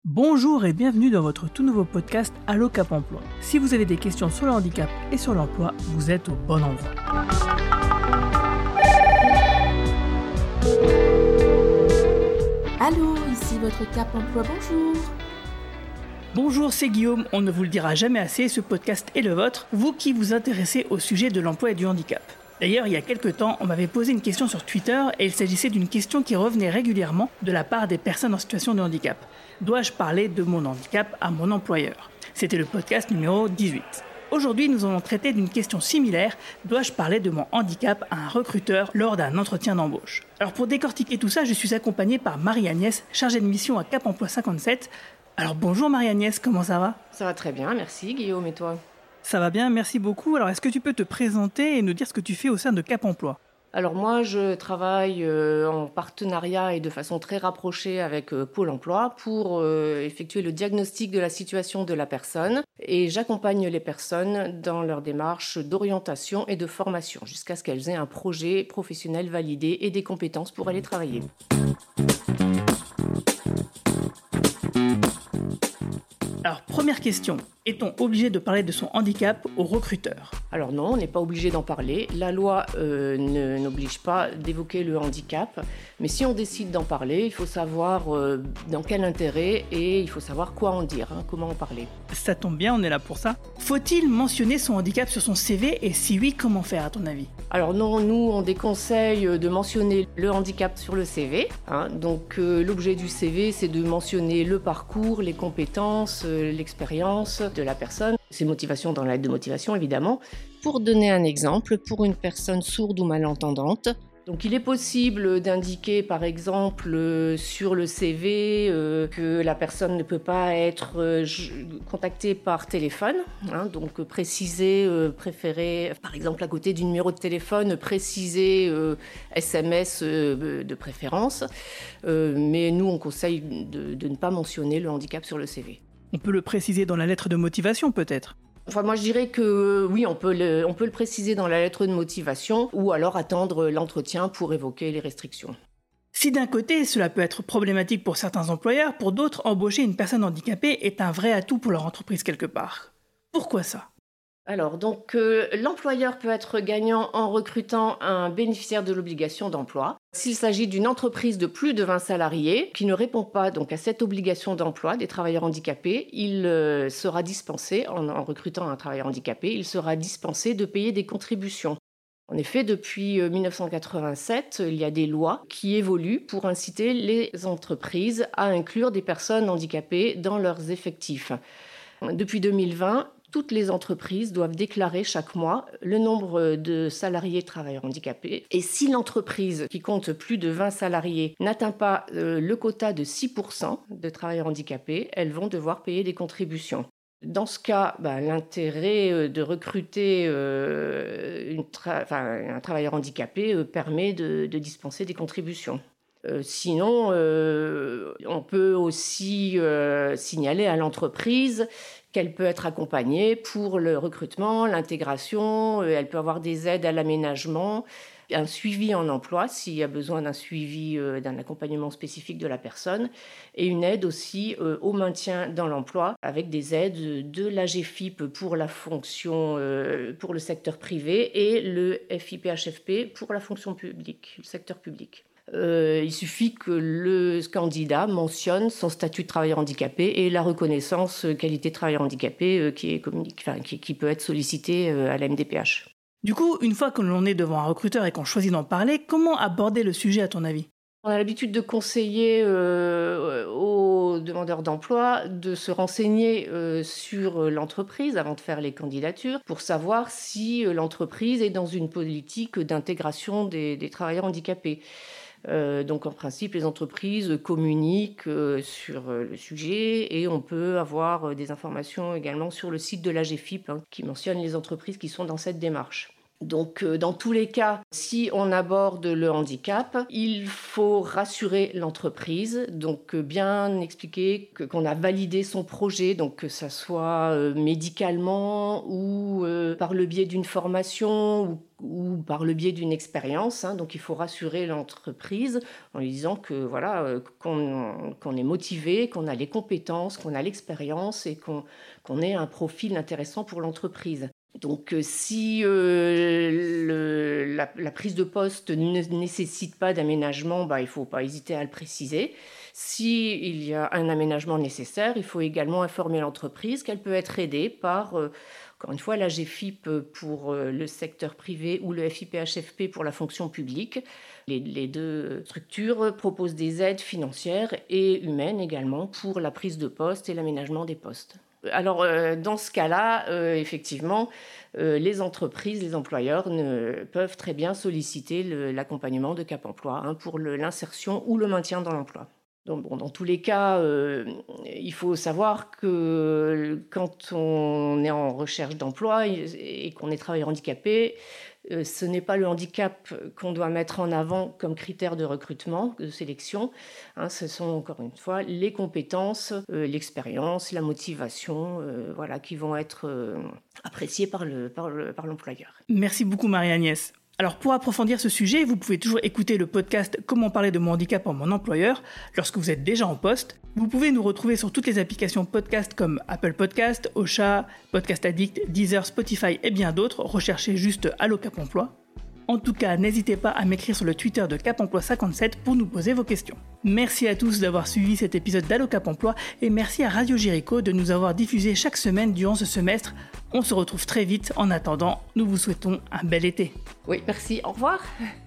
Bonjour et bienvenue dans votre tout nouveau podcast Allo Cap Emploi. Si vous avez des questions sur le handicap et sur l'emploi, vous êtes au bon endroit. Allô, ici votre Cap Emploi, bonjour. Bonjour, c'est Guillaume, on ne vous le dira jamais assez, ce podcast est le vôtre, vous qui vous intéressez au sujet de l'emploi et du handicap. D'ailleurs, il y a quelques temps, on m'avait posé une question sur Twitter et il s'agissait d'une question qui revenait régulièrement de la part des personnes en situation de handicap. Dois-je parler de mon handicap à mon employeur ? C'était le podcast numéro 18. Aujourd'hui, nous allons traiter d'une question similaire. Dois-je parler de mon handicap à un recruteur lors d'un entretien d'embauche ? Alors pour décortiquer tout ça, je suis accompagné par Marie-Agnès, chargée de mission à Cap Emploi 57. Alors bonjour Marie-Agnès, comment ça va ? Ça va très bien, merci Guillaume, et toi ? Ça va bien, merci beaucoup. Alors est-ce que tu peux te présenter et nous dire ce que tu fais au sein de Cap Emploi ? Alors moi, je travaille en partenariat et de façon très rapprochée avec Pôle emploi pour effectuer le diagnostic de la situation de la personne et j'accompagne les personnes dans leur démarche d'orientation et de formation jusqu'à ce qu'elles aient un projet professionnel validé et des compétences pour aller travailler. Alors, première question, est-on obligé de parler de son handicap au recruteur ? Alors non, on n'est pas obligé d'en parler. La loi n'oblige pas d'évoquer le handicap. Mais si on décide d'en parler, il faut savoir dans quel intérêt et il faut savoir quoi en dire, comment en parler. Ça tombe bien, on est là pour ça. Faut-il mentionner son handicap sur son CV et si oui, comment faire à ton avis ? Alors non, nous on déconseille de mentionner le handicap sur le CV. Donc l'objet du CV, c'est de mentionner le parcours, les compétences, l'expérience de la personne, ses motivations dans la lettre de motivation évidemment. Pour donner un exemple, pour une personne sourde ou malentendante, donc il est possible d'indiquer par exemple sur le CV que la personne ne peut pas être contactée par téléphone, donc préciser, préférer par exemple à côté du numéro de téléphone, préciser SMS de préférence, mais nous on conseille de ne pas mentionner le handicap sur le CV. On peut le préciser dans la lettre de motivation peut-être ? Enfin, moi, je dirais que oui, on peut le préciser dans la lettre de motivation ou alors attendre l'entretien pour évoquer les restrictions. Si d'un côté, cela peut être problématique pour certains employeurs, pour d'autres, embaucher une personne handicapée est un vrai atout pour leur entreprise quelque part. Pourquoi ça ? Alors, donc, l'employeur peut être gagnant en recrutant un bénéficiaire de l'obligation d'emploi. S'il s'agit d'une entreprise de plus de 20 salariés qui ne répond pas donc à cette obligation d'emploi des travailleurs handicapés, il sera dispensé, en recrutant un travailleur handicapé, il sera dispensé de payer des contributions. En effet, depuis 1987, il y a des lois qui évoluent pour inciter les entreprises à inclure des personnes handicapées dans leurs effectifs. Depuis 2020, toutes les entreprises doivent déclarer chaque mois le nombre de salariés travailleurs handicapés. Et si l'entreprise qui compte plus de 20 salariés n'atteint pas le quota de 6% de travailleurs handicapés, elles vont devoir payer des contributions. Dans ce cas, l'intérêt de recruter un travailleur handicapé permet de dispenser des contributions. Sinon, on peut aussi signaler à l'entreprise qu'elle peut être accompagnée pour le recrutement, l'intégration, elle peut avoir des aides à l'aménagement, un suivi en emploi s'il y a besoin d'un suivi, d'un accompagnement spécifique de la personne et une aide aussi au maintien dans l'emploi avec des aides de l'AGFIP pour la fonction, pour le secteur privé et le FIPHFP pour la fonction publique, le secteur public. Il suffit que le candidat mentionne son statut de travailleur handicapé et la reconnaissance qualité de travailleur handicapé qui peut être sollicitée à la MDPH. Du coup, une fois que l'on est devant un recruteur et qu'on choisit d'en parler, comment aborder le sujet à ton avis ? On a l'habitude de conseiller aux demandeurs d'emploi de se renseigner sur l'entreprise avant de faire les candidatures pour savoir si l'entreprise est dans une politique d'intégration des travailleurs handicapés. Donc en principe, les entreprises communiquent sur le sujet et on peut avoir des informations également sur le site de l'AGFIP qui mentionne les entreprises qui sont dans cette démarche. Donc, dans tous les cas, si on aborde le handicap, il faut rassurer l'entreprise, donc bien expliquer qu'on a validé son projet, donc que ça soit médicalement ou par le biais d'une formation ou par le biais d'une expérience. Donc, il faut rassurer l'entreprise en lui disant que voilà, qu'on est motivé, qu'on a les compétences, qu'on a l'expérience et qu'on ait un profil intéressant pour l'entreprise. Donc, si la prise de poste ne nécessite pas d'aménagement, il ne faut pas hésiter à le préciser. S'il y a un aménagement nécessaire, il faut également informer l'entreprise qu'elle peut être aidée par, encore une fois, la GFIP pour le secteur privé ou le FIPHFP pour la fonction publique. Les deux structures proposent des aides financières et humaines également pour la prise de poste et l'aménagement des postes. Alors, dans ce cas-là, effectivement, les entreprises, les employeurs peuvent très bien solliciter l'accompagnement de Cap Emploi pour l'insertion ou le maintien dans l'emploi. Donc, dans tous les cas, il faut savoir que quand on est en recherche d'emploi et qu'on est travailleur handicapé, ce n'est pas le handicap qu'on doit mettre en avant comme critère de recrutement, de sélection. Ce sont encore une fois les compétences, l'expérience, la motivation, qui vont être appréciées par l'employeur. Merci beaucoup Marie-Agnès. Alors pour approfondir ce sujet, vous pouvez toujours écouter le podcast « Comment parler de mon handicap en mon employeur » lorsque vous êtes déjà en poste. Vous pouvez nous retrouver sur toutes les applications podcast comme Apple Podcast, Ocha, Podcast Addict, Deezer, Spotify et bien d'autres. Recherchez juste « Allo Cap Emploi ». En tout cas, n'hésitez pas à m'écrire sur le Twitter de Cap Emploi 57 pour nous poser vos questions. Merci à tous d'avoir suivi cet épisode d'Allo Cap Emploi et merci à Radio Jéricho de nous avoir diffusé chaque semaine durant ce semestre. On se retrouve très vite. En attendant, nous vous souhaitons un bel été. Oui, merci. Au revoir.